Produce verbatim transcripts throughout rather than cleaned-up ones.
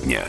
дня.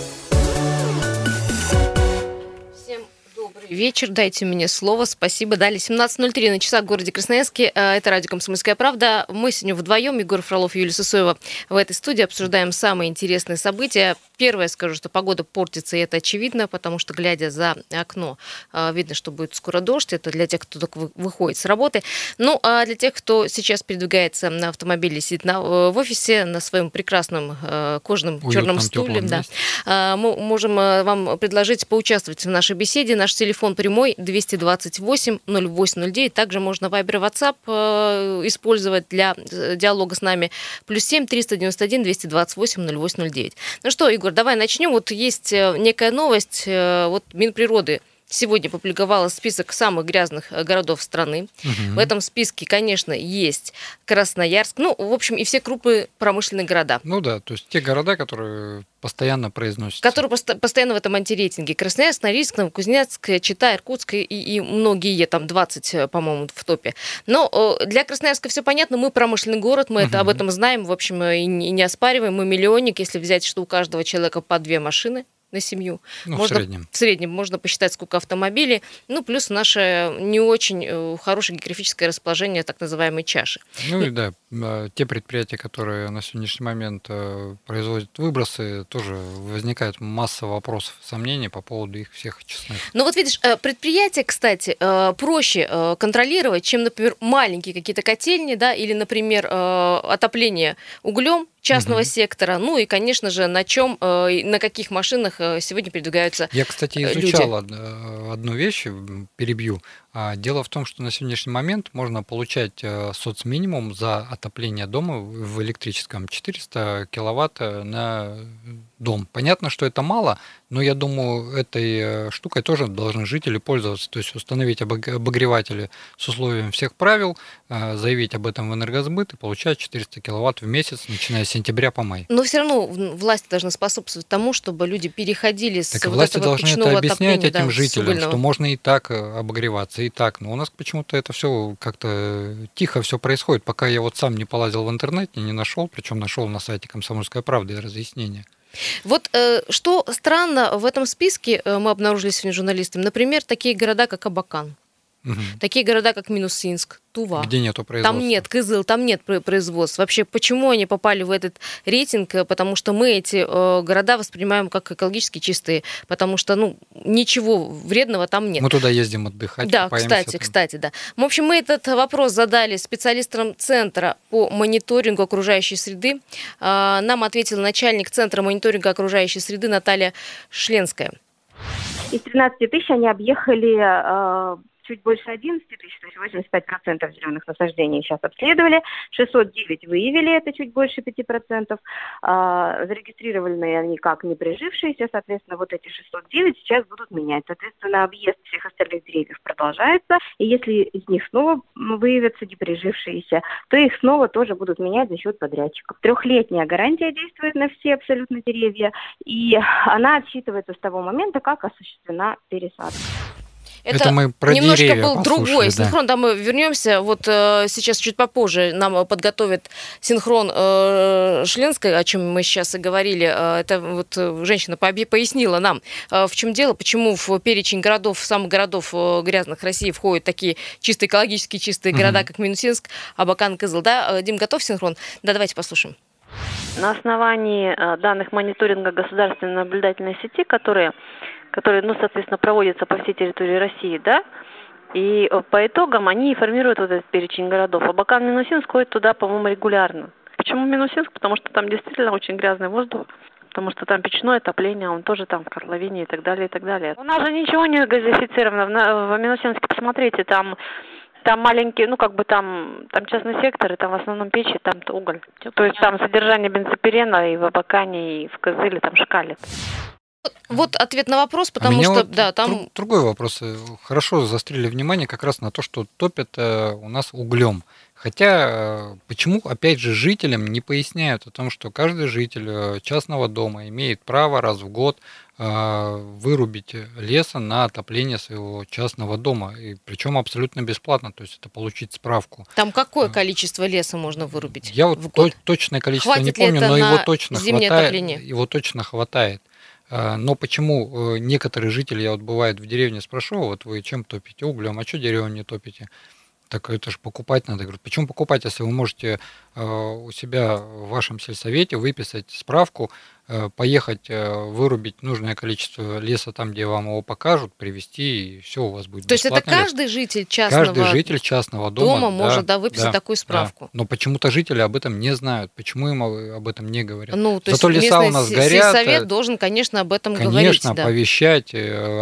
Вечер, дайте мне слово, спасибо. Дали семнадцать ноль три на часах в городе Красноярске. Это радио «Комсомольская правда». Мы сегодня вдвоем, Егор Фролов и Юлия Сысоева, в этой студии обсуждаем самые интересные события. Первое, скажу, что погода портится, и это очевидно, потому что, глядя за окно, видно, что будет скоро дождь. Это для тех, кто только выходит с работы. Ну, а для тех, кто сейчас передвигается на автомобиле, сидит на, в офисе на своем прекрасном кожаном уютном черном стуле, да, мы можем вам предложить поучаствовать в нашей беседе. Наш телефон прямой двести двадцать восемь ноль восемь ноль девять. Также можно Viber и WhatsApp э, использовать для диалога с нами. Плюс семь триста девяносто один двести двадцать восемь ноль восемь ноль девять. Ну что, Егор, давай начнем. Вот есть некая новость. Вот Минприроды сегодня публиковала список самых грязных городов страны. Угу. В этом списке, конечно, есть Красноярск. Ну, в общем, и все крупные промышленные города. Ну да, то есть те города, которые постоянно произносятся. Которые пост- постоянно в этом антирейтинге. Красноярск, Норильск, Новокузнецк, Чита, Иркутск и, и многие, там двадцать, по-моему, в топе. Но для Красноярска все понятно. Мы промышленный город, мы угу. это, об этом знаем, в общем, и не, и не оспариваем. Мы миллионник, если взять, что у каждого человека по две машины на семью. Ну, можно, в среднем. В среднем можно посчитать, сколько автомобилей. Ну, плюс наше не очень хорошее географическое расположение так называемой чаши. Ну и да, те предприятия, которые на сегодняшний момент производят выбросы, тоже возникает масса вопросов, сомнений по поводу их всех честных. Ну вот видишь, предприятия, кстати, проще контролировать, чем, например, маленькие какие-то котельни, да, или, например, отопление углем частного угу. сектора, ну и, конечно же, на чем, на каких машинах сегодня передвигаются люди. Я, кстати, изучал одну вещь, перебью. Дело в том, что на сегодняшний момент можно получать соцминимум за отопление дома в электрическом четыреста киловатт на дом. Понятно, что это мало, но я думаю, этой штукой тоже должны жители пользоваться. То есть установить обогреватели с условием всех правил, заявить об этом в энергосбыт и получать четыреста киловатт в месяц, начиная с сентября по май. Но все равно власти должны способствовать тому, чтобы люди переходили с так вот власти этого должны это объяснять этим да, жителям, что можно и так обогреваться, и так. Но у нас почему-то это все как-то тихо все происходит, пока я вот сам не полазил в интернете, не нашел, причем нашел на сайте «Комсомольская правда» разъяснения. Вот э, что странно в этом списке, э, мы обнаружили сегодня журналистами, например, такие города, как Абакан, угу. такие города, как Минусинск, Тува. Где нету производства. Там нет, Кызыл, там нет производства. Вообще, почему они попали в этот рейтинг? Потому что мы эти э, города воспринимаем как экологически чистые, потому что, ну, ничего вредного там нет. Мы туда ездим отдыхать. Да, кстати, там. кстати, да. В общем, мы этот вопрос задали специалистам Центра по мониторингу окружающей среды. Э, нам ответил начальник Центра мониторинга окружающей среды Наталья Шленская. Из тринадцати тысяч они объехали... Э... чуть больше одиннадцати тысяч, то есть восемьдесят пять процентов зеленых насаждений сейчас обследовали, шестьсот девять выявили, это чуть больше пяти процентов, а, зарегистрированы они как не прижившиеся, соответственно, вот эти шестьсот девять сейчас будут менять. Соответственно, объезд всех остальных деревьев продолжается, и если из них снова выявятся неприжившиеся, то их снова тоже будут менять за счет подрядчиков. Трехлетняя гарантия действует на все абсолютно деревья, и она отсчитывается с того момента, как осуществлена пересадка. Это, Это мы про немножко был послушали, другой да. синхрон, да, мы вернемся. Вот э, сейчас чуть попозже нам подготовят синхрон э, Шленской, о чем мы сейчас и говорили. Э, это вот женщина пояснила нам, э, в чем дело, почему в перечень городов, самых городов э, грязных России входят такие чисто экологически чистые угу. города, как Минусинск, Абакан, Кызыл. Да? Дим, готов синхрон? Да, давайте послушаем. На основании данных мониторинга государственной наблюдательной сети, которые которые, ну, соответственно, проводятся по всей территории России, да, и по итогам они формируют вот этот перечень городов. Абакан, Минусинск ходит туда, по-моему, регулярно. Почему Минусинск? Потому что там действительно очень грязный воздух, потому что там печное отопление, он тоже там в котловине и так далее, и так далее. У нас же ничего не газифицировано. В Минусинске, посмотрите, там... Там маленькие, ну как бы там, там частный сектор, и там в основном печи, там уголь. То есть там содержание бензопирена и в Абакане, и в Кызыле там шкалит. Вот ответ на вопрос, потому а что вот да, там... Другой вопрос. Хорошо заострили внимание как раз на то, что топят у нас углем. Хотя, почему, опять же, жителям не поясняют о том, что каждый житель частного дома имеет право раз в год вырубить леса на отопление своего частного дома. И причем абсолютно бесплатно. То есть это получить справку. Там какое количество леса можно вырубить? Я вот в год? точное количество Хватит не помню, но его точно хватает. Отопление? Его точно хватает. Но почему некоторые жители, я вот бывает в деревне спрашиваю, вот вы чем топите? Углем, а что деревом не топите? Так это же покупать надо. Говорю, почему покупать, если вы можете у себя в вашем сельсовете выписать справку, поехать вырубить нужное количество леса там, где вам его покажут, привезти, и все у вас будет. То есть это каждый лес. житель частного, каждый житель частного дома, дома да, может да, выписать да, такую справку. Да. Но почему-то жители об этом не знают. Почему им об этом не говорят? Ну, то Зато есть леса у нас горят. Сельсовет должен, конечно, об этом конечно, говорить. Конечно, да. оповещать,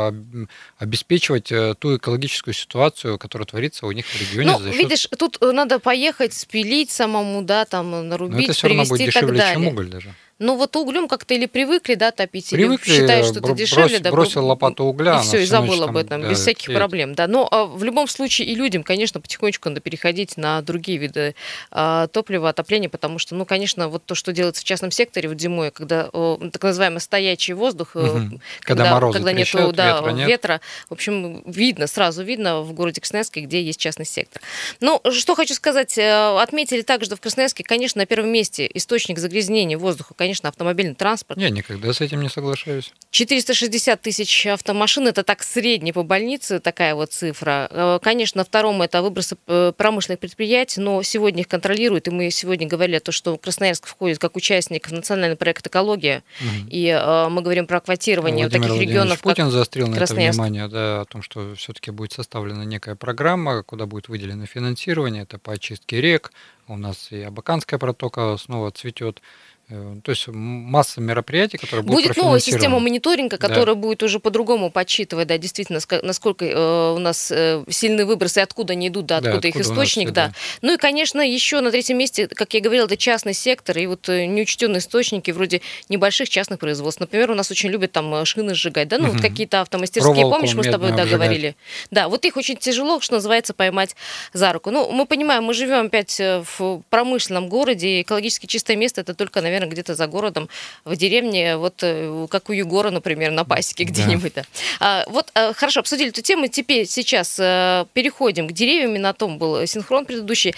обеспечивать ту экологическую ситуацию, которая творится у них в регионе. Ну, за счет... видишь, тут надо поехать, спилить самому, да, там нарубить, это все равно будет привезти и так дешевле, далее. чем уголь даже. Ну вот углем как-то или привыкли, да, топить, привыкли, или считают, что это дешевле, брось, да, бросил лопату угля, и все, и забыл там, об этом, да, без всяких тлеет. проблем, да. Но а, в любом случае и людям, конечно, потихонечку надо переходить на другие виды а, топлива, отопления, потому что, ну, конечно, вот то, что делается в частном секторе вот зимой, когда о, так называемый стоячий воздух, угу. когда, когда морозы когда трещат, нету да, ветра, нет. ветра, в общем, видно, сразу видно в городе Красноярске, где есть частный сектор. Ну, что хочу сказать, отметили также, что в Красноярске, конечно, на первом месте источник загрязнения воздуха, конечно, автомобильный транспорт. Я никогда с этим не соглашаюсь. четыреста шестьдесят тысяч автомашин, это так средне по больнице, такая вот цифра. Конечно, на втором это выбросы промышленных предприятий, но сегодня их контролируют, и мы сегодня говорили о том, что Красноярск входит как участник в национальный проект «Экология», угу. и э, мы говорим про квотирование Владимир таких регионов, Путин как заострил на это внимание, да, о том, что все-таки будет составлена некая программа, куда будет выделено финансирование, это по очистке рек, у нас и Абаканская протока снова цветет. То есть масса мероприятий, которые будут Будет новая система мониторинга, которая да. будет уже по-другому подсчитывать, да, действительно, насколько э, у нас э, сильные выбросы, откуда они идут, да, откуда, да, откуда их источник, да. да. Ну и, конечно, еще на третьем месте, как я говорила, это частный сектор, и вот неучтенные источники вроде небольших частных производств. Например, у нас очень любят там шины сжигать, да, ну угу. вот какие-то автомастерские, Проволоку помнишь, мы с тобой да, говорили. Да, вот их очень тяжело, что называется, поймать за руку. Ну, мы понимаем, мы живем опять в промышленном городе, экологически чистое место, это только, наверное, где-то за городом, в деревне, вот как у Егора, например, на пасеке где-нибудь. Да. А, вот, хорошо, обсудили эту тему, теперь сейчас переходим к деревьям, и на том был синхрон предыдущий.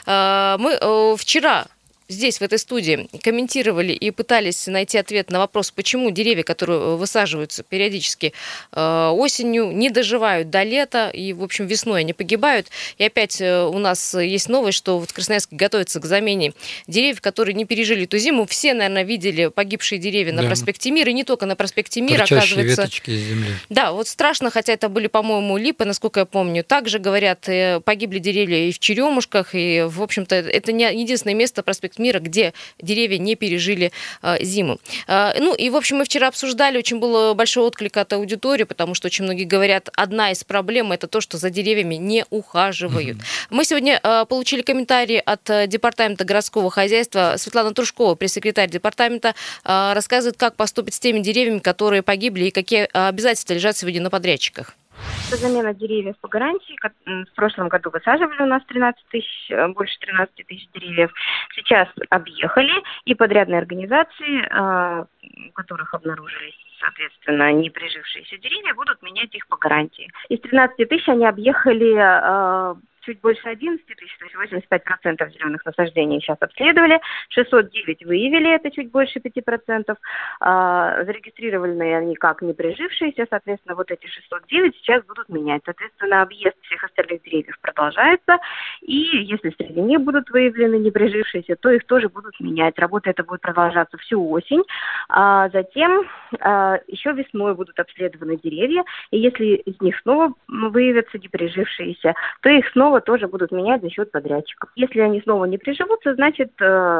Мы вчера здесь, в этой студии, комментировали и пытались найти ответ на вопрос, почему деревья, которые высаживаются периодически э, осенью, не доживают до лета, и, в общем, весной они погибают. И опять э, у нас есть новость, что вот в Красноярске готовится к замене деревьев, которые не пережили эту зиму. Все, наверное, видели погибшие деревья на да. проспекте Мира, и не только на проспекте Мира, торчащие оказывается. Веточки из земли. Да, вот страшно, хотя это были, по-моему, липы, насколько я помню. Также, говорят, э, погибли деревья и в Черемушках, и, в общем-то, это не единственное место, проспект Мира, где деревья не пережили а, зиму. А, ну и, в общем, мы вчера обсуждали, очень был большой отклик от аудитории, потому что очень многие говорят, одна из проблем это то, что за деревьями не ухаживают. Mm-hmm. Мы сегодня а, получили комментарии от а, Департамента городского хозяйства. Светлана Трушкова, пресс-секретарь департамента, а, рассказывает, как поступить с теми деревьями, которые погибли, и какие обязательства лежат сегодня на подрядчиках. Замена деревьев по гарантии. В прошлом году высаживали у нас тринадцать тысяч, больше тринадцать тысяч деревьев. Сейчас объехали, и подрядные организации, у которых обнаружились, соответственно, не прижившиеся деревья, будут менять их по гарантии. Из тринадцати тысяч они объехали чуть больше одиннадцати тысяч, то есть восемьдесят пять процентов зеленых насаждений сейчас обследовали, шестьсот девять выявили, это чуть больше пяти процентов, а, зарегистрированы они как не прижившиеся, соответственно, вот эти шестьсот девять сейчас будут менять. Соответственно, объезд всех остальных деревьев продолжается, и если среди них будут выявлены не прижившиеся, то их тоже будут менять. Работа эта будет продолжаться всю осень, а затем а, еще весной будут обследованы деревья, и если из них снова выявятся не прижившиеся, то их снова тоже будут менять за счет подрядчиков. Если они снова не приживутся, значит,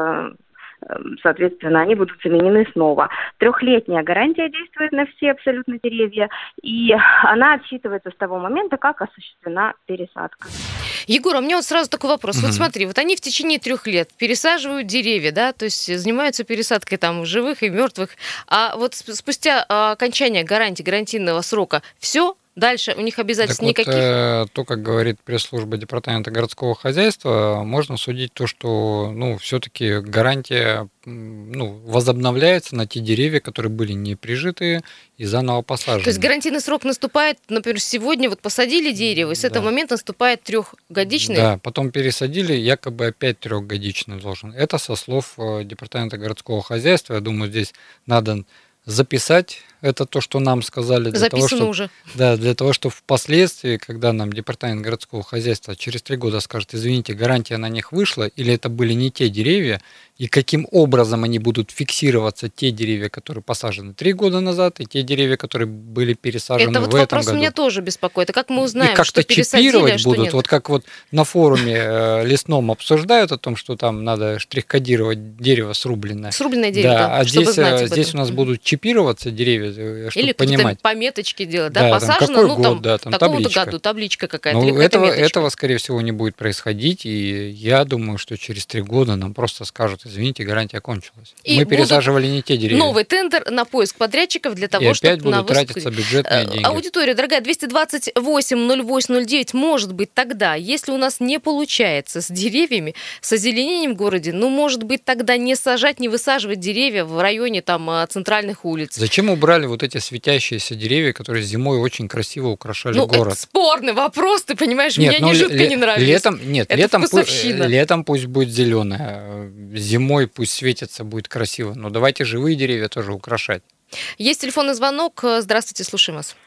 соответственно, они будут заменены снова. Трехлетняя гарантия действует на все абсолютно деревья, и она отсчитывается с того момента, как осуществлена пересадка. Егор, а у меня вот сразу такой вопрос. Mm-hmm. Вот смотри, вот они в течение трех лет пересаживают деревья, да, то есть занимаются пересадкой там живых и мертвых, а вот спустя окончания гарантии, гарантийного срока, все, Дальше у них обязательств так никаких. Вот, э, то, как говорит пресс-служба Департамента городского хозяйства, можно судить то, что, ну, все-таки гарантия, ну, возобновляется на те деревья, которые были не прижитые и заново посажены. То есть гарантийный срок наступает, например, сегодня вот посадили дерево, и с этого Да. момента наступает трехгодичный. Да, потом пересадили, якобы опять трехгодичный должен. Это со слов э, Департамента городского хозяйства. Я думаю, здесь надо записать это то, что нам сказали. Для Записано того, чтобы, уже. Да, для того, чтобы впоследствии, когда нам Департамент городского хозяйства через три года скажет, извините, гарантия на них вышла, или это были не те деревья, и каким образом они будут фиксироваться, те деревья, которые посажены три года назад, и те деревья, которые были пересажены Это вот в этом вопрос году. меня тоже беспокоит. А как мы узнаем, И как-то что пересадили, чипировать а что будут, нет? вот как вот на форуме э, лесном обсуждают о том, что там надо штрих-кодировать дерево срубленное. Срубленное дерево, да, а чтобы здесь, знать э, об здесь этом. у нас Мгм. будут чипироваться деревья, чтобы Или понимать. какие-то пометочки делать, да, Да, там посажено, какой ну год, там да, там в таком-то табличка. году, табличка какая-то. Ну, или какая-то этого, меточка. этого, скорее всего, не будет происходить, и я думаю, что через три года нам просто скажут, извините, гарантия кончилась. И Мы будут пересаживали не те деревья. Новый тендер на поиск подрядчиков для И того, чтобы опять на будут высадку- тратиться бюджетные Э, деньги. Аудитория, дорогая, двести двадцать восемь ноль восемь ноль девять, может быть, тогда, если у нас не получается с деревьями, с озеленением в городе, ну, может быть, тогда не сажать, не высаживать деревья в районе там э, центральных улиц. Зачем убрали вот эти светящиеся деревья, которые зимой очень красиво украшали Ну, город? это спорный вопрос, ты понимаешь, мне ну, они жутко ле- не нравятся. Летом, нет, Это летом, пу- вкусовщина. э, летом пусть будет зеленое, зимой пусть светится, будет красиво. Но давайте живые деревья тоже украшать. Есть телефонный звонок. Здравствуйте, слушаем вас.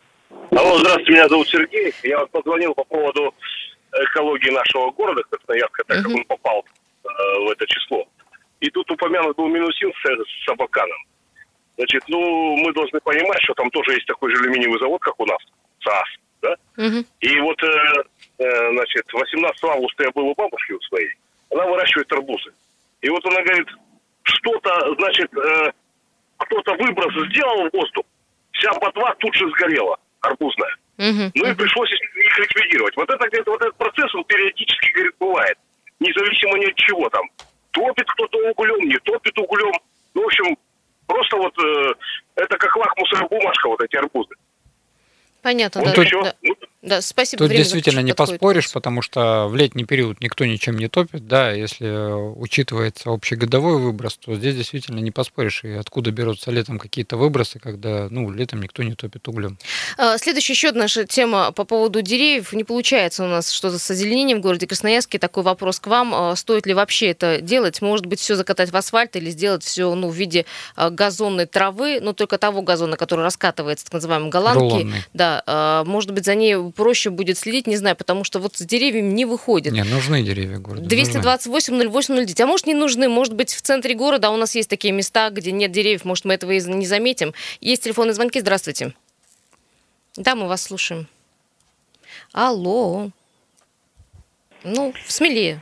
Алло, здравствуйте, меня зовут Сергей. Я вот позвонил по поводу экологии нашего города Красноярска, так как Мгм. он попал э, в это число. И тут упомянут был Минусин с, с Абаканом. Значит, ну, мы должны понимать, что там тоже есть такой же алюминиевый завод, как у нас, САС, да? Мгм. И вот, э, э, значит, восемнадцатого августа я был у бабушки у своей, она выращивает арбузы. И вот она говорит, что-то, значит, э, кто-то выброс сделал в воздух, вся ботва тут же сгорела, арбузная. Мгм. Ну и пришлось их ликвидировать. Вот, это, говорит, вот этот процесс, он периодически, говорит, бывает. Независимо ни от чего там. Топит кто-то углем, не топит углем. Ну, в общем, просто вот э, это как лакмусовая бумажка, вот эти арбузы. Понятно, Вот да, и всё. да. Ну, Да, спасибо. Тут время действительно не подходит. поспоришь, потому что в летний период никто ничем не топит, да, если учитывается общегодовой выброс, то здесь действительно не поспоришь, и откуда берутся летом какие-то выбросы, когда, ну, летом никто не топит углем. А, Следующая еще наша тема по поводу деревьев. Не получается у нас что-то с озеленением в городе Красноярске. Такой вопрос к вам. А, Стоит ли вообще это делать? Может быть, все закатать в асфальт или сделать все, ну, в виде а, газонной травы, но только того газона, который раскатывается, так называемой голландки. Рулонный. Да, а, может быть, за ней проще будет следить, не знаю, потому что вот с деревьями не выходит. Не, нужны деревья в городе. двести двадцать восемь ноль восемь ноль девять. А может, не нужны? Может быть, в центре города, а у нас есть такие места, где нет деревьев, может, мы этого и не заметим. Есть телефонные звонки. Здравствуйте. Да, мы вас слушаем. Алло. Ну, смелее.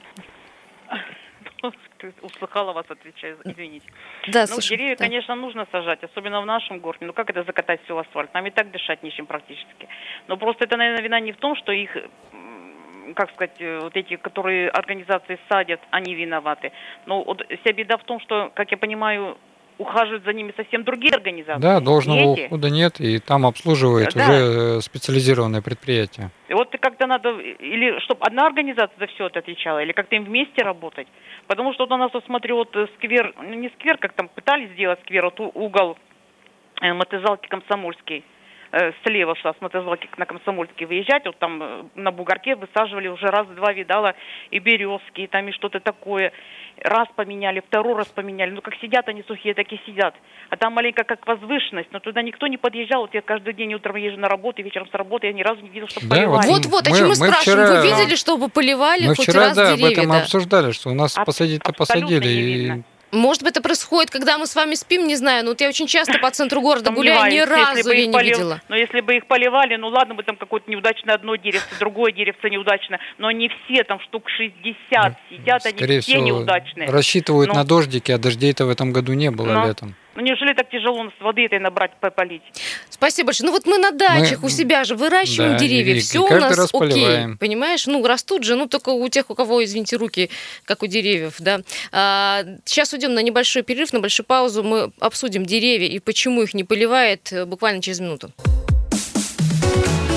Услыхала вас, отвечаю, извините. Да, Ну, слушай. деревья, да. конечно, нужно сажать, особенно в нашем городе. Ну, как это закатать все в асфальт? Нам и так дышать нечем практически. Но просто это, наверное, вина не в том, что их, м, как сказать, э, вот эти, которые организации садят, они виноваты. Но вот вся беда в том, что, как я понимаю, ухаживают за ними совсем другие организации. Да, должного не эти. ухода нет, и там обслуживает Да. уже специализированное предприятие. И вот как-то надо, или чтобы одна организация за все это отвечала, или как-то им вместе работать. Потому что вот у нас, вот смотрю, вот э, сквер, ну не сквер, как там пытались сделать сквер, вот у- угол э, мотозалки Комсомольский, э, слева шла с мотозалки на Комсомольский выезжать, вот там э, на бугорке высаживали, уже раз-два видала и березки, и там и что-то такое. Раз поменяли, второй раз поменяли. Ну как сидят они сухие, так и сидят. А там маленько как возвышенность, но туда никто не подъезжал. Вот я каждый день утром езжу на работу, и вечером с работы, я ни разу не видел, чтобы Да, поливали. вот Вот-вот, о Мы- чем мы, мы спрашиваем. вчера- Вы видели, чтобы поливали Мы хоть вчера, раз да, об деревья? этом и да? обсуждали, что у нас Аб- посадить-то абсолютно посадили. не и- видно. Может быть, это происходит, когда мы с вами спим, не знаю. Но вот я очень часто по центру города гуляю, ни Сомневаюсь, если разу бы я их не полив- видела. Но если бы их поливали, ну ладно бы там какое-то неудачное одно деревце, другое деревце неудачное, но они все там штук шестьдесят сидят, они Скорее все всего, неудачные. рассчитывают Ну. на дождики, а дождей-то в этом году не было Ну. летом. Ну неужели так тяжело у нас воды этой набрать, полить? Спасибо большое. Ну вот мы на дачах у себя же выращиваем да, деревья, и- и все у каждый нас раз окей, поливаем. понимаешь? Ну растут же, ну только у тех, у кого, извините, руки, как у деревьев, да. А, сейчас уйдем на небольшой перерыв, на большую паузу. Мы обсудим деревья и почему их не поливает э, буквально через минуту.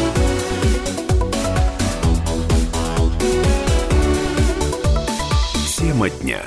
Тема дня.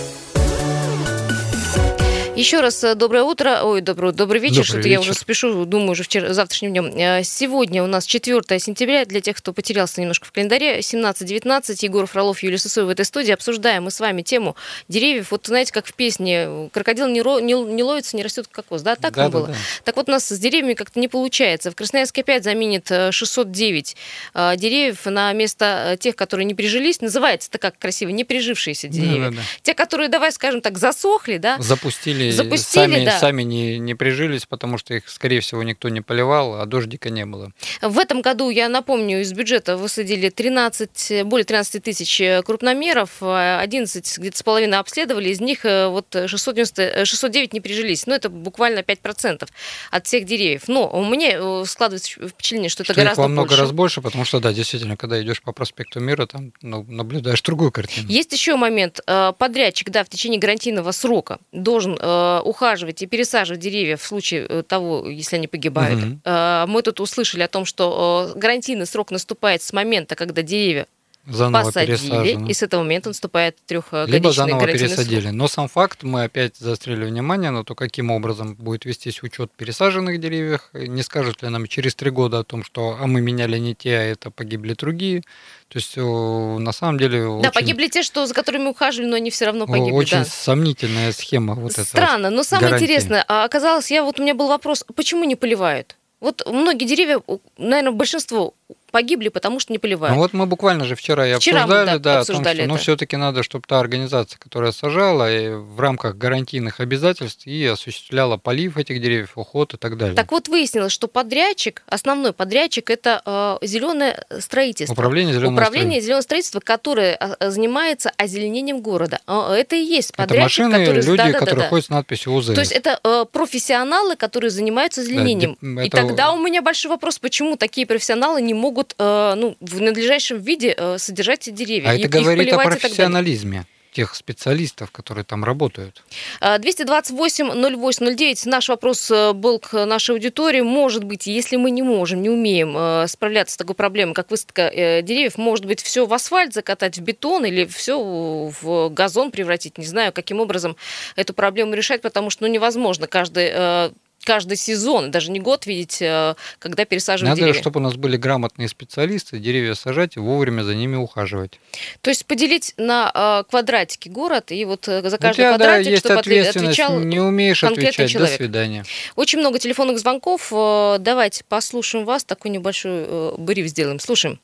Еще раз доброе утро, ой, добрый, добрый вечер, Добрый что-то вечер. я уже спешу, думаю, уже вчера, завтрашним днем. Сегодня у нас четвёртое сентября, для тех, кто потерялся немножко в календаре, семнадцать девятнадцать, Егор Фролов, Юлия Сысоева в этой студии. Обсуждаем мы с вами тему деревьев. Вот знаете, как в песне «Крокодил не, ро, не, не ловится, не растет кокос», да, так Да, там да, было? да. Так вот у нас с деревьями как-то не получается. В Красноярске опять заменит шестьсот девять э, деревьев на место тех, которые не прижились. Называется-то как красиво, не прижившиеся деревья. Да, да, да. Те, которые, давай скажем так, засохли, да? Запустили, Запустили, сами, да. сами не, не прижились, потому что их, скорее всего, никто не поливал, а дождика не было. В этом году, я напомню, из бюджета высадили тринадцать, более тринадцать тысяч крупномеров, одиннадцать где-то с половиной обследовали, из них вот шестьсот девяносто, шестьсот девять не прижились. Ну, это буквально пять процентов от всех деревьев. Но у меня складывается впечатление, что, Что это их гораздо во много больше. раз больше, потому что, да, действительно, когда идешь по проспекту Мира, там ну, наблюдаешь другую картину. Есть еще момент. Подрядчик, да, в течение гарантийного срока должен э, ухаживать и пересаживать деревья в случае того, если они погибают. Мгм. Э, мы тут услышали о том, что э, гарантийный срок наступает с момента, когда деревья Заново посадили, пересажено. и с этого момента наступает трехгодичный Либо заново гарантийный пересадили. срок. Но сам факт, мы опять заострили внимание на то, каким образом будет вестись учет пересаженных деревьев. Не скажут ли нам через три года о том, что а мы меняли не те, а это погибли другие. То есть о, на самом деле Да, очень, погибли те, что, за которыми ухаживали, но они все равно погибли. очень да. сомнительная схема. Вот эта Странно, но самое гарантии. интересное, а оказалось, я вот у меня был вопрос, почему не поливают? Вот многие деревья, наверное, большинство погибли, потому что не поливают. Ну вот мы буквально же вчера и Вчера мы, обсуждали, да, да, обсуждали о том, что ну, это. все-таки надо, чтобы та организация, которая сажала, и в рамках гарантийных обязательств и осуществляла полив этих деревьев, уход и так далее. Так вот выяснилось, что подрядчик, основной подрядчик, это э, зеленое строительство. Управление зеленого Управление зеленого строительства, которое э, занимается озеленением города. Э, Это и есть Это подрядчик, машины, который... люди, да, да, да, которые да. ходят с надписью УЗС. То есть это э, профессионалы, которые занимаются озеленением. деп- И это- тогда у меня большой вопрос, почему такие профессионалы не могут э, ну, в надлежащем виде э, содержать эти деревья. А и- это их говорит о поливать и так далее. профессионализме тех специалистов, которые там работают. двести двадцать восемь ноль восемь ноль девять. Наш вопрос э, был к нашей аудитории. Может быть, если мы не можем, не умеем э, справляться с такой проблемой, как высадка э, деревьев, может быть, все в асфальт закатать, в бетон или все в газон превратить? Не знаю, каким образом эту проблему решать, потому что ну, невозможно каждый... э, каждый сезон, даже не год видеть, э, когда пересаживают Надо, деревья. чтобы у нас были грамотные специалисты, деревья сажать и вовремя за ними ухаживать. То есть поделить на э, квадратики город, и вот э, за У каждый тебя, да, квадратик, есть чтобы отве- ответственность, отвечал не умеешь конкретный отвечать, человек. до свидания. Очень много телефонных звонков. Э, Давайте послушаем вас, такой небольшой э, бриф сделаем. Слушаем.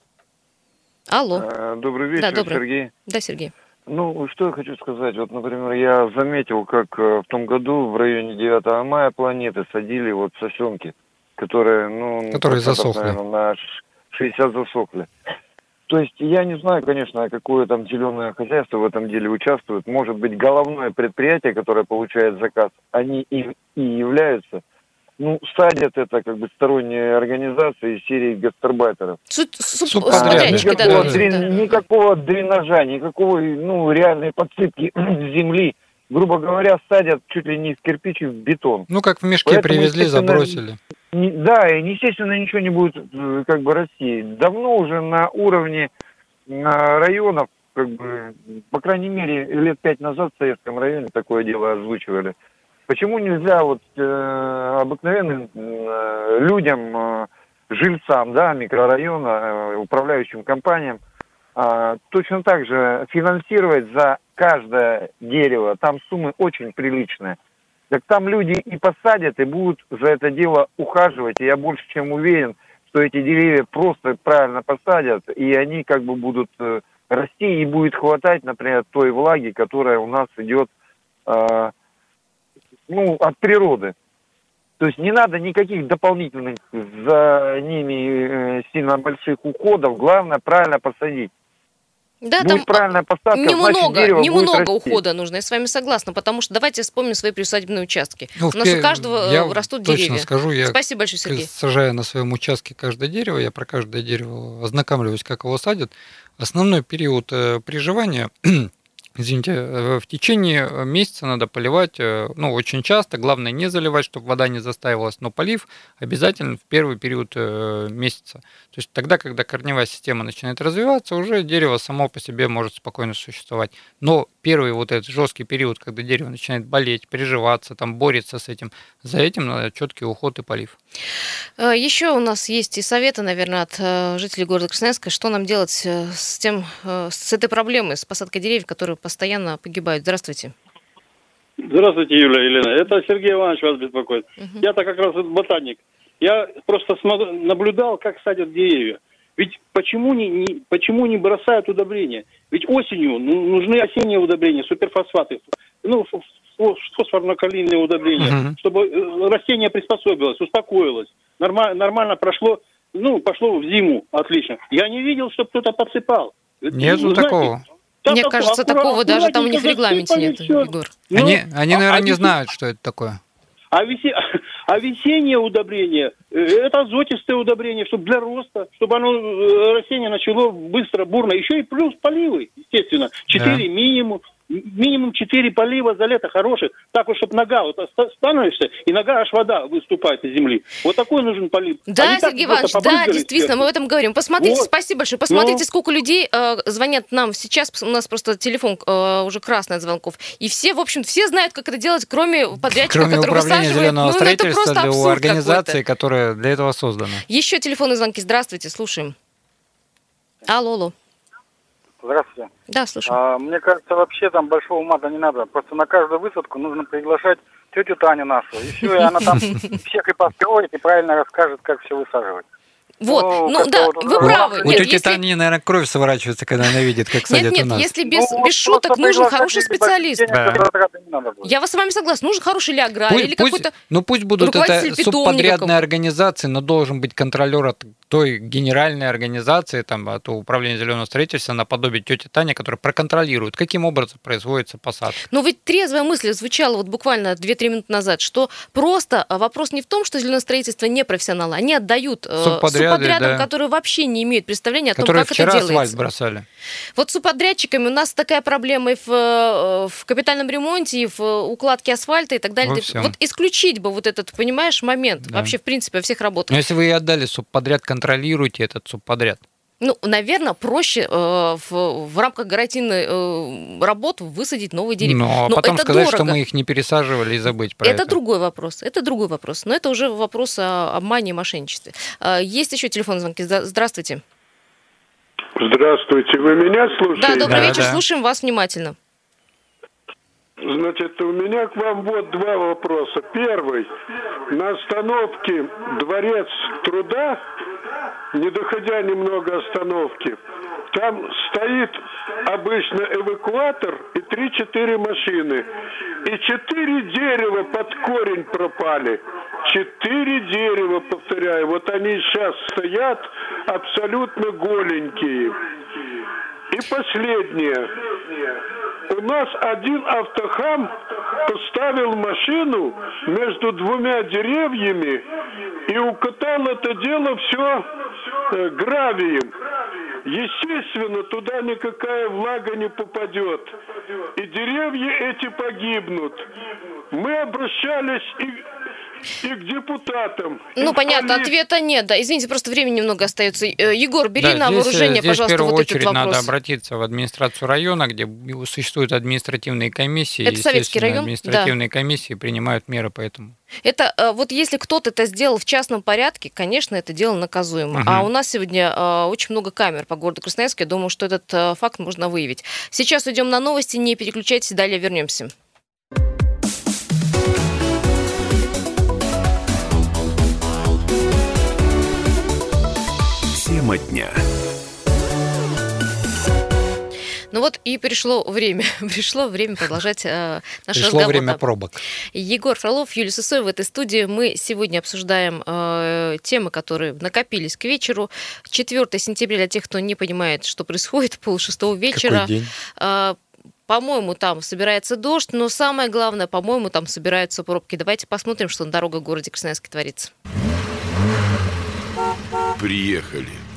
Алло. Э, Добрый вечер, Да, добрый. Сергей. Да, Сергей. Ну, что я хочу сказать. Вот, например, я заметил, как э, в том году в районе девятого мая планеты садили вот сосенки, которые, ну, Которые процентов, засохли. наверное, на ш- шестьдесят засохли. То есть я не знаю, конечно, какое там зеленое хозяйство в этом деле участвует. Может быть, головное предприятие, которое получает заказ, они им и являются. Ну, садят это как бы сторонние организации из серии гастарбайтеров. Су- суп- Субподрядчики, субподрядчики, да, никакого, да, дрен- да. никакого дренажа, никакого, ну, реальной подсыпки земли. Грубо говоря, садят чуть ли не из кирпичей в бетон. Ну, как в мешке Поэтому, привезли, естественно, забросили. Не- да, и, естественно, ничего не будет э, как бы расти. Давно уже на уровне э, районов, как бы, по крайней мере, лет пять назад в Советском районе такое дело озвучивали. Почему нельзя вот э, обыкновенным э, людям, э, жильцам, да, микрорайона, э, управляющим компаниям, э, точно так же финансировать за каждое дерево? Там суммы очень приличные. Так там люди и посадят, и будут за это дело ухаживать. И я больше чем уверен, что эти деревья просто правильно посадят, и они как бы будут э, расти, и будет хватать, например, той влаги, которая у нас идет э, ну, от природы. То есть не надо никаких дополнительных за ними э, сильно больших уходов. Главное правильно посадить. Да, Будет там правильная посадка, значит, немного, дерево будет немного расти. ухода нужно, я с вами согласна, потому что давайте вспомним свои приусадебные участки. Ну, У в нас пе- у каждого я э, растут точно деревья. скажу, я Спасибо большое, Сергей. сажая на своем участке каждое дерево, я про каждое дерево ознакомливаюсь, как его садят. Основной период э, приживания, извините, э, в течение месяца надо поливать, э, ну, очень часто, главное не заливать, чтобы вода не застаивалась, но полив обязательно в первый период э, месяца. То есть тогда, когда корневая система начинает развиваться, уже дерево само по себе может спокойно существовать. Но первый вот этот жесткий период, когда дерево начинает болеть, приживаться, там борется с этим, за этим надо четкий уход и полив. Еще у нас есть и советы, наверное, от жителей города Красноярска, что нам делать с тем, с этой проблемой, с посадкой деревьев, которые постоянно погибают. Здравствуйте. Здравствуйте, Юлия, Елена. Это Сергей Иванович вас беспокоит. Uh-huh. Я-то как раз ботаник. Я просто смотр... наблюдал, как садят деревья. Ведь почему не, не, почему не бросают удобрения? Ведь осенью нужны осенние удобрения, суперфосфаты, ну, фосфорно-калийные удобрения, uh-huh. чтобы растение приспособилось, успокоилось, нормально, нормально прошло, ну, пошло в зиму, отлично. Я не видел, чтобы кто-то подсыпал. Нету ну, такого. Там Мне такое, кажется, аккурат, такого даже там у них в регламенте нет, Егор. Ну, они, они, наверное, а, не а знают, что это такое. А, весе... а весеннее удобрение, это азотистое удобрение, чтобы для роста, чтобы оно, растение начало быстро, бурно. Еще и плюс поливы, естественно. Четыре да. минимум. Минимум четыре полива за лето хороших. Так вот, чтобы нога, вот становишься, и нога аж вода выступает из земли. Вот такой нужен полив. Да, а Сергей Иванович, да, действительно, сверху. Мы об этом говорим. Посмотрите, вот. Спасибо большое. Посмотрите, ну. сколько людей э, звонят нам сейчас. У нас просто телефон э, уже красный от звонков. И все, в общем, все знают, как это делать, кроме подрядчика, кроме который управления высаживает. Зеленого Ну, строительства, это для организации, которая для этого создана. Еще телефонные звонки. Здравствуйте, слушаем. Алло, алло. Здравствуйте. Да, слушаю. А, мне кажется, вообще там большого ума-то не надо. Просто на каждую высадку нужно приглашать тетю Таню нашу. И все, и она там всех и построит, и правильно расскажет, как все высаживать. Вот, ну, ну да, вот, вы правы. У нет, тети если... Тани, наверное, кровь сворачивается, когда она видит, как садят нет, у нас. Нет, если без, ну, без шуток нужен хороший специалист. Да. Я с вами согласна, нужен хороший леограф или пусть, какой-то Ну пусть будут это субподрядные организации, но должен быть контролер от той генеральной организации, там, от управления зеленого строительства, наподобие тети Тани, которая проконтролирует, каким образом производится посадка. Но ведь трезвая мысль звучала вот буквально две-три минуты назад, что просто вопрос не в том, что зеленое строительство не профессионалы, они отдают субподряды, субподрядам, да. которые вообще не имеют представления о том, которые как это делается. Вчера асфальт бросали. Вот с субподрядчиками у нас такая проблема и в, в капитальном ремонте, и в укладке асфальта и так далее. Вот исключить бы вот этот, понимаешь, момент да. вообще, в принципе, во всех работах. Но если вы и отдали субподряд, контролируйте этот субподряд. Ну, наверное, проще э, в, в рамках гарантийной э, работы высадить новые деревья. Но, Но потом это сказать, дорого. что мы их не пересаживали и забыть про это. Это другой вопрос. Это другой вопрос. Но это уже вопрос о обмане и мошенничестве. Есть еще телефонные звонки. Здравствуйте. Здравствуйте. Вы меня слушаете? Да, добрый да, вечер. Да. Слушаем вас внимательно. Значит, у меня к вам вот два вопроса. Первый. На остановке Дворец труда, не доходя немного остановки, там стоит обычно эвакуатор и три-четыре машины. И четыре дерева под корень пропали. Четыре дерева, повторяю. Вот они сейчас стоят абсолютно голенькие. И последнее. У нас один автохам поставил машину между двумя деревьями и укатал это дело все э, гравием. Естественно, туда никакая влага не попадет. И деревья эти погибнут. Мы обращались и... И к депутатам. Ну, понятно, полиции. Ответа нет. Да. Извините, просто времени немного остается. Егор, бери да, на здесь, вооружение, здесь пожалуйста, вот этот вопрос. в первую очередь надо обратиться в администрацию района, где существуют административные комиссии. Это Советский район? Административные да. комиссии принимают меры по этому. Это вот если кто-то это сделал в частном порядке, конечно, это дело наказуемо. Угу. А у нас сегодня э, очень много камер по городу Красноярске. Я думаю, что этот э, факт можно выявить. Сейчас идем на новости, не переключайтесь, далее вернемся. Тема дня. Ну вот и пришло время, пришло время продолжать э, наш пришло разговор. Пришло время пробок. Егор Фролов, Юлия Сысоева в этой студии. Мы сегодня обсуждаем э, темы, которые накопились к вечеру. четвёртого сентября, для тех, кто не понимает, что происходит, полшестого вечера. Какой день? Э, По-моему, там собирается дождь, но самое главное, по-моему, там собираются пробки. Давайте посмотрим, что на дорогах в городе Красноярске творится. Приехали.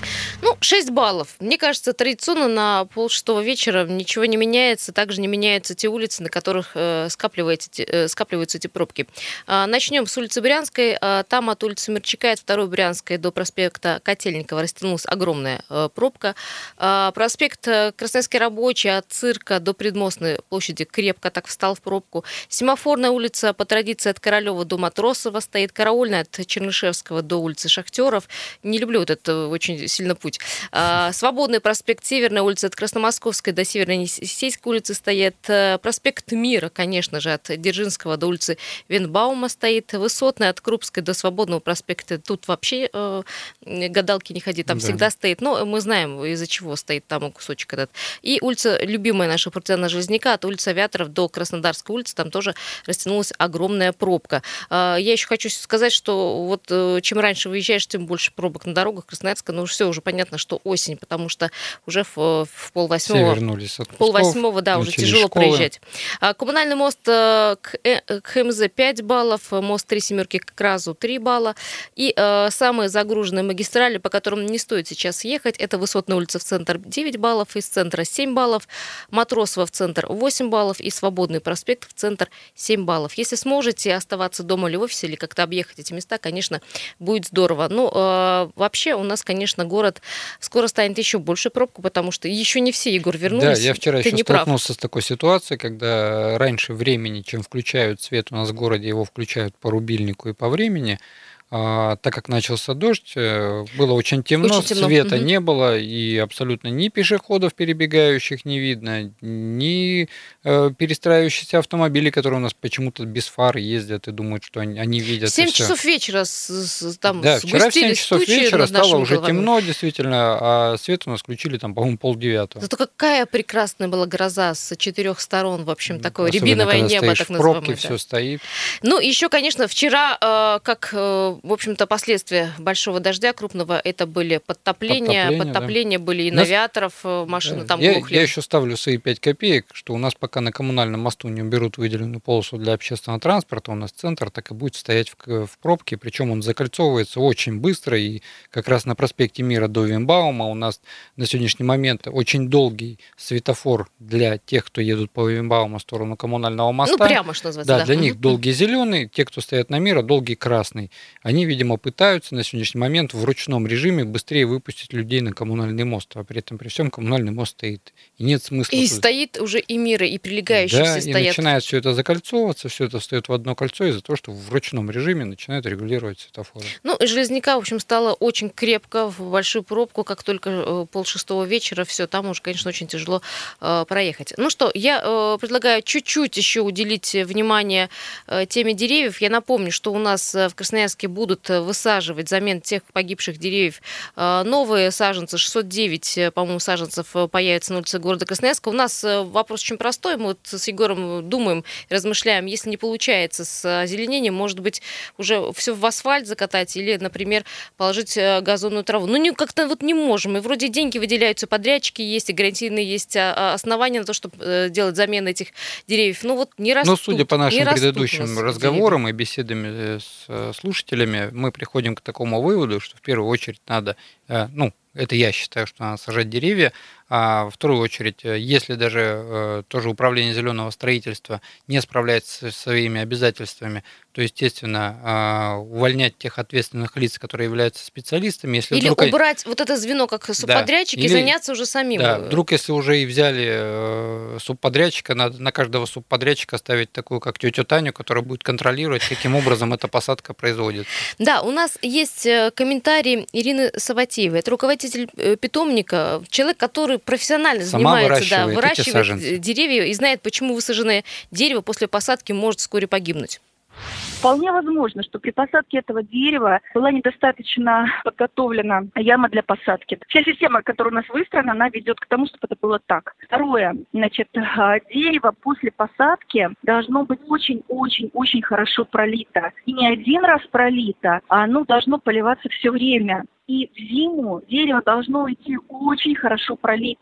Ну, шесть баллов. Мне кажется, традиционно на полшестого вечера ничего не меняется. Также не меняются те улицы, на которых э, скапливаются, э, скапливаются эти пробки. А, начнем с улицы Брянской. А, там от улицы Мерчака, от второй Брянской до проспекта Котельникова растянулась огромная э, пробка. А, проспект Красноярский рабочий от Цирка до Предмостной площади крепко так встал в пробку. Семафорная улица по традиции от Королева до Матросова стоит. Караульная от Чернышевского до улицы Шахтеров. Не люблю вот это очень сильно путь. Свободный проспект Северная улица от Красномосковской до Северной Енисейской улицы стоит. Проспект Мира, конечно же, от Дзержинского до улицы Венбаума стоит. Высотная от Крупской до Свободного проспекта. Тут вообще э, гадалки не ходи, там да. всегда стоит. Но мы знаем, из-за чего стоит там кусочек этот. И улица, любимая наша партизана Железняка, от улицы Авиаторов до Краснодарской улицы, там тоже растянулась огромная пробка. Я еще хочу сказать, что вот чем раньше выезжаешь, тем больше пробок на дорогах Красноярска. Ну, все уже понятно, что осень, потому что уже в, в полвосьмого, полвосьмого, да, уже тяжело школы. проезжать. Коммунальный мост к, к ХМЗ пять баллов, мост Три Семерки к Кразу три балла. И э, самые загруженные магистрали, по которым не стоит сейчас ехать, это Высотная улица в центр девять баллов, из центра семь баллов, Матросова в центр восемь баллов и Свободный проспект в центр семь баллов. Если сможете оставаться дома или в офисе, или как-то объехать эти места, конечно, будет здорово. Ну, э, вообще у нас, конечно, город скоро станет еще больше пробку, потому что еще не все, Егор, вернулись. Да, я вчера Ты еще столкнулся прав. с такой ситуацией, когда раньше времени, чем включают свет у нас в городе, его включают по рубильнику и по времени. А, так как начался дождь, было очень темно, очень темно. света угу. не было, и абсолютно ни пешеходов перебегающих не видно, ни э, перестраивающихся автомобилей, которые у нас почему-то без фар ездят и думают, что они, они видят. В семь часов вечера с, с, там да, вчера в семь часов вечера стало уже головами. темно, действительно, а свет у нас включили там, по-моему, полдевятого. Зато какая прекрасная была гроза с четырех сторон, в общем, такое особенно, рябиновое небо, так называемое. В пробке да. все стоит. Ну, еще, конечно, вчера, э, как... Э, в общем-то, последствия большого дождя крупного, это были подтопления, подтопления, подтопления да. были и на авиаторов, машины да. там я, глухли. Я еще ставлю свои пять копеек, что у нас пока на коммунальном мосту не уберут выделенную полосу для общественного транспорта, у нас центр так и будет стоять в, в пробке, причем он закольцовывается очень быстро, и как раз на проспекте Мира до Венбаума у нас на сегодняшний момент очень долгий светофор для тех, кто едут по Венбауму в сторону коммунального моста. Ну, прямо, что называется. Да, да. для них долгий зеленый, те, кто стоят на Мира, долгий красный. Они, видимо, пытаются на сегодняшний момент в ручном режиме быстрее выпустить людей на коммунальный мост, а при этом при всем коммунальный мост стоит. И нет смысла... И тут... стоит уже и Мира, и прилегающие да, все стоят. и начинает все это закольцовываться, все это встает в одно кольцо из-за того, что в ручном режиме начинают регулировать светофоры. Ну, Железняка, в общем, стало очень крепко, в большую пробку, как только полшестого вечера, все, там уже, конечно, очень тяжело э, проехать. Ну что, я э, предлагаю чуть-чуть еще уделить внимание э, теме деревьев. Я напомню, что у нас в Красноярске будут высаживать взамен тех погибших деревьев новые саженцы. шестьсот девять, по-моему, саженцев появится на улице города Красноярска. У нас вопрос очень простой. Мы вот с Егором думаем, размышляем, если не получается с озеленением, может быть, уже все в асфальт закатать или, например, положить газонную траву. Ну, не, как-то вот не можем. И вроде деньги выделяются, подрядчики есть, и гарантийные есть основания на то, чтобы делать замену этих деревьев. Ну, вот не растут. Но, судя по нашим предыдущим разговорам и беседам с слушателями, мы приходим к такому выводу, что в первую очередь надо, ну, это я считаю, что надо сажать деревья, а во вторую очередь, если даже тоже управление зеленого строительства не справляется со своими обязательствами, то, естественно, увольнять тех ответственных лиц, которые являются специалистами. Если или вдруг... убрать вот это звено как субподрядчик да. и заняться уже самим. Да, вдруг, если уже и взяли субподрядчика, надо на каждого субподрядчика ставить такую, как тетю Таню, которая будет контролировать, каким образом эта посадка производится. Да, у нас есть комментарий Ирины Саватеевой. Это руководитель питомника, человек, который профессионально Сама занимается, да, выращивает выращивает деревья и знает, почему высаженное дерево после посадки может вскоре погибнуть. Вполне возможно, что при посадке этого дерева была недостаточно подготовлена яма для посадки. Вся система, которая у нас выстроена, она ведет к тому, чтобы это было так. Второе, значит, дерево после посадки должно быть очень-очень-очень хорошо пролито. И не один раз пролито, а оно должно поливаться все время. И в зиму дерево должно идти очень хорошо пролитое.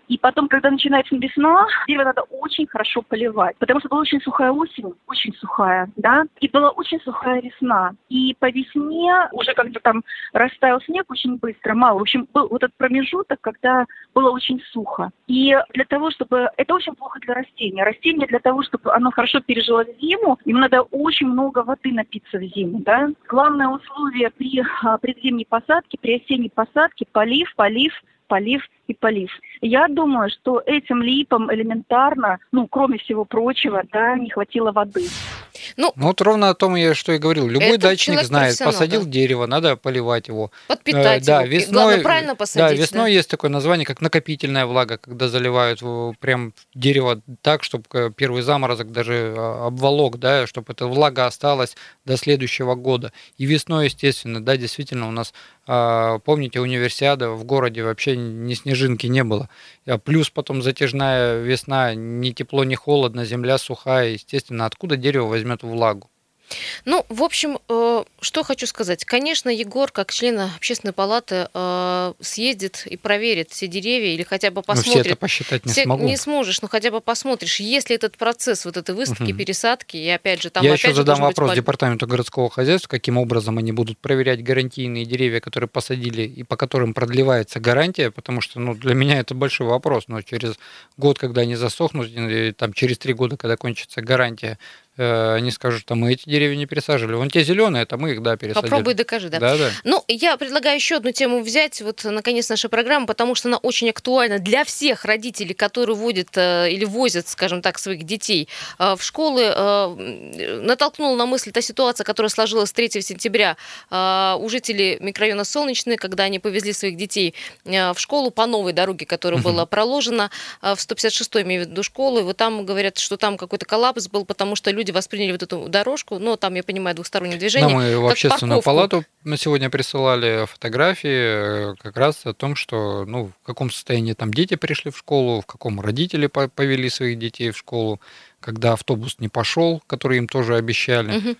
И потом, когда начинается весна, дерево надо очень хорошо поливать, потому что была очень сухая осень, очень сухая, да, и была очень сухая весна. И по весне уже как-то там растаял снег очень быстро, мало. В общем, был вот этот промежуток, когда было очень сухо. И для того, чтобы... Это очень плохо для растения. Растение для того, чтобы оно хорошо пережило зиму, ему надо очень много воды напиться в зиму, да. Главное условие при предзимней посадке, при осенней посадке – полив, полив, полив и полив. Я думаю, что этим липам элементарно, ну, кроме всего прочего, да, не хватило воды. Ну, ну вот ровно о том я что и говорил. Любой дачник знает, посадил да. дерево, надо поливать его. Подпитать э, да, его. Весной, Главное, правильно посадить. Да, весной да. есть такое название, как накопительная влага, когда заливают прям дерево так, чтобы первый заморозок даже обволок, да, чтобы эта влага осталась до следующего года. И весной, естественно, да, действительно у нас, помните, универсиада в городе вообще ни снежинки не было. Плюс потом затяжная весна, ни тепло, ни холодно, земля сухая, естественно, откуда дерево возьмет влагу? Ну, в общем, э, что хочу сказать. Конечно, Егор, как член общественной палаты, э, съездит и проверит все деревья или хотя бы посмотрит. Ну, все это посчитать не все смогу. Не сможешь, но хотя бы посмотришь, есть ли этот процесс вот этой выставки, угу. пересадки, и опять же, там Я опять еще же задам вопрос быть... департаменту городского хозяйства, каким образом они будут проверять гарантийные деревья, которые посадили и по которым продлевается гарантия, потому что, ну, для меня это большой вопрос, но через год, когда они засохнут, или там через три года, когда кончится гарантия, они скажут, что мы эти деревья не пересаживали. Вон те зеленые, это мы их, да, пересадили. Попробуй докажи, да. Да, да. Ну, я предлагаю еще одну тему взять, вот, наконец, наша программа, потому что она очень актуальна для всех родителей, которые водят э, или возят, скажем так, своих детей э, в школы. Э, натолкнула на мысль та ситуация, которая сложилась третьего сентября э, у жителей микрорайона Солнечный, когда они повезли своих детей э, в школу по новой дороге, которая была проложена э, в сто пятьдесят шестой, имею в виду, школу. И вот там говорят, что там какой-то коллапс был, потому что люди восприняли вот эту дорожку, но там, я понимаю, двухстороннее движение. Да, мы в общественную парковку. палату мы сегодня присылали фотографии как раз о том, что, ну, в каком состоянии там дети пришли в школу, в каком родители повели своих детей в школу, когда автобус не пошел, который им тоже обещали. Угу.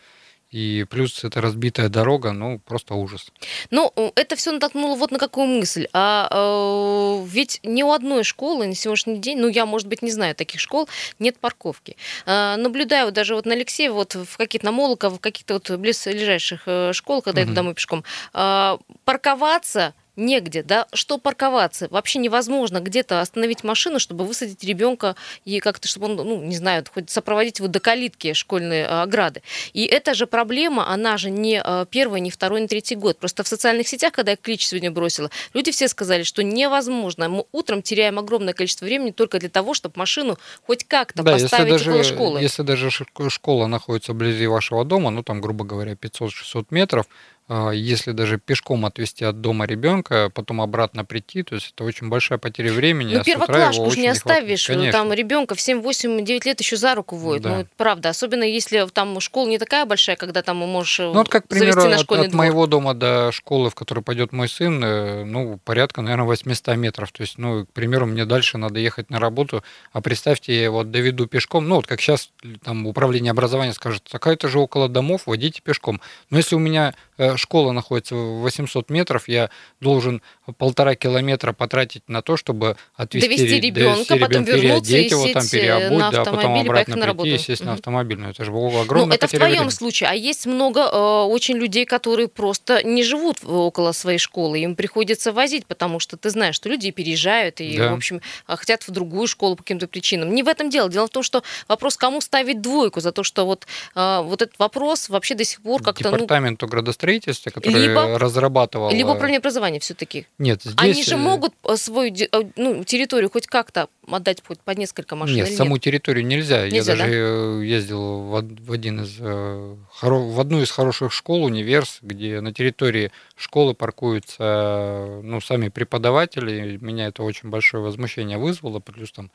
И плюс это разбитая дорога, ну, просто ужас. Ну, это все натолкнуло вот на какую мысль. А э, ведь ни у одной школы на сегодняшний день, ну, я, может быть, не знаю таких школ, нет парковки. Э, наблюдаю вот даже вот на Алексеева, вот в каких-то на Молоково, в каких-то вот близлежащих школах, когда угу. иду домой пешком, э, парковаться негде, да, что парковаться? Вообще невозможно где-то остановить машину, чтобы высадить ребенка и как-то, чтобы он, ну, не знаю, хоть сопроводить его до калитки школьной ограды. И эта же проблема, она же не первый, не второй, не третий год. Просто в социальных сетях, когда я клич сегодня бросила, люди все сказали, что невозможно. Мы утром теряем огромное количество времени только для того, чтобы машину хоть как-то да, поставить если около даже, школы. Если даже школа находится вблизи вашего дома, ну, там, грубо говоря, пятьсот-шестьсот метров, если даже пешком отвезти от дома ребенка, потом обратно прийти, то есть это очень большая потеря времени. Ну, а первоклашку же не оставишь, Конечно. Там ребенка в семь, восемь, девять лет еще за руку водят. Да. Ну, это правда. Особенно если там школа не такая большая, когда там можешь ну, вот, как, к примеру, завести на школьный от, двор. От моего дома до школы, в которую пойдет мой сын, ну, порядка, наверное, восемьсот метров. То есть, ну, к примеру, мне дальше надо ехать на работу, а представьте, я его доведу пешком, ну, вот как сейчас там управление образования скажет, такая-то же около домов, водите пешком. Но если у меня школа находится в восемьсот метров, я должен полтора километра потратить на то, чтобы отвезти довести ребенка, довести потом ребенка, вернуться переодеть и его, там, переобуть, да, потом обратно на прийти, естественно, угу. автомобиль. Но это же огромное Ну, это в твоем времени. случае. А есть много э, очень людей, которые просто не живут около своей школы. Им приходится возить, потому что ты знаешь, что люди переезжают и, да. в общем, хотят в другую школу по каким-то причинам. Не в этом дело. Дело в том, что вопрос, кому ставить двойку за то, что вот, э, вот этот вопрос вообще до сих пор как-то... Департаменту ну, градостроительства, который либо, разрабатывал... Либо управление образования все-таки. Нет, здесь... Они же могут свою ну, территорию хоть как-то отдать хоть по несколько машин. Нет, саму нет? территорию нельзя. нельзя. Я даже да? ездил в один из в одну из хороших школ, универс, где на территории школы паркуются ну, сами преподаватели. Меня это очень большое возмущение вызвало, плюс там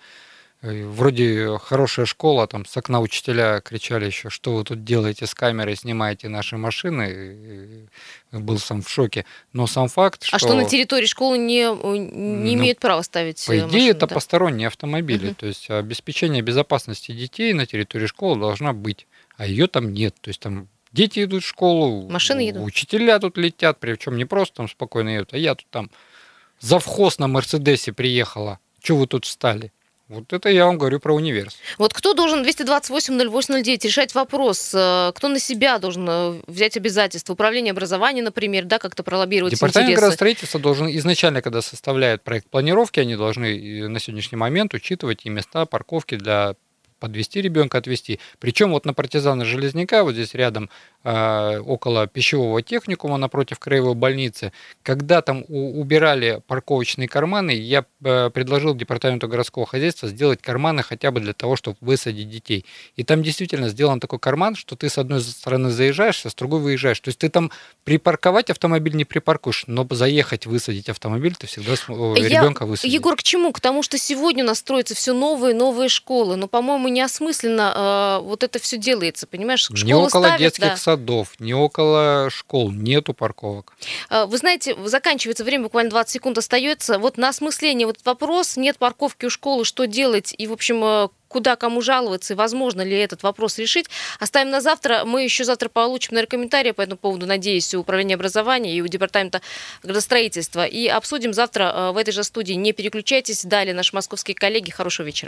вроде хорошая школа, там с окна учителя кричали еще, что вы тут делаете с камерой, снимаете наши машины. Был сам в шоке. Но сам факт, что... А что на территории школы не, не ну, имеют права ставить По идее, машины, это да? посторонние автомобили. Угу. То есть обеспечение безопасности детей на территории школы должна быть. А ее там нет. То есть там дети идут в школу, машины едут. Учителя тут летят, причем не просто там спокойно едут, а я тут там завхоз на Мерседесе приехала. что вы тут встали? Вот это я вам говорю про универс. Вот кто должен, двести двадцать восемь ноль восемь ноль девять, решать вопрос, кто на себя должен взять обязательства? Управление образования, например, да, как-то пролоббировать Департамент интересы? градостроительства должен изначально, когда составляет проект планировки, они должны на сегодняшний момент учитывать и места парковки для подвести ребенка, отвезти. Причем вот на Партизана Железняка, вот здесь рядом, э, около пищевого техникума, напротив краевой больницы, когда там у, убирали парковочные карманы, я э, предложил департаменту городского хозяйства сделать карманы хотя бы для того, чтобы высадить детей. И там действительно сделан такой карман, что ты с одной стороны заезжаешь, а с другой выезжаешь. То есть ты там припарковать автомобиль не припаркуешь, но заехать, высадить автомобиль, ты всегда ребенка высадишь. Егор, к чему? К тому, что сегодня у нас строятся все новые новые школы, но, по-моему, неосмысленно э, вот это все делается, понимаешь? Школы не около ставят, детских да. садов, не около школ, нету парковок. Вы знаете, заканчивается время, буквально двадцать секунд остается. Вот на осмысление вот вопрос, нет парковки у школы, что делать? И, в общем, куда кому жаловаться, и возможно ли этот вопрос решить, оставим на завтра. Мы еще завтра получим, наверное, комментарии по этому поводу, надеюсь, у Управления образования и у Департамента градостроительства. И обсудим завтра в этой же студии. Не переключайтесь. Далее наши московские коллеги. Хорошего вечера.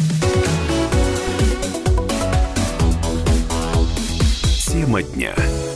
Тема дня.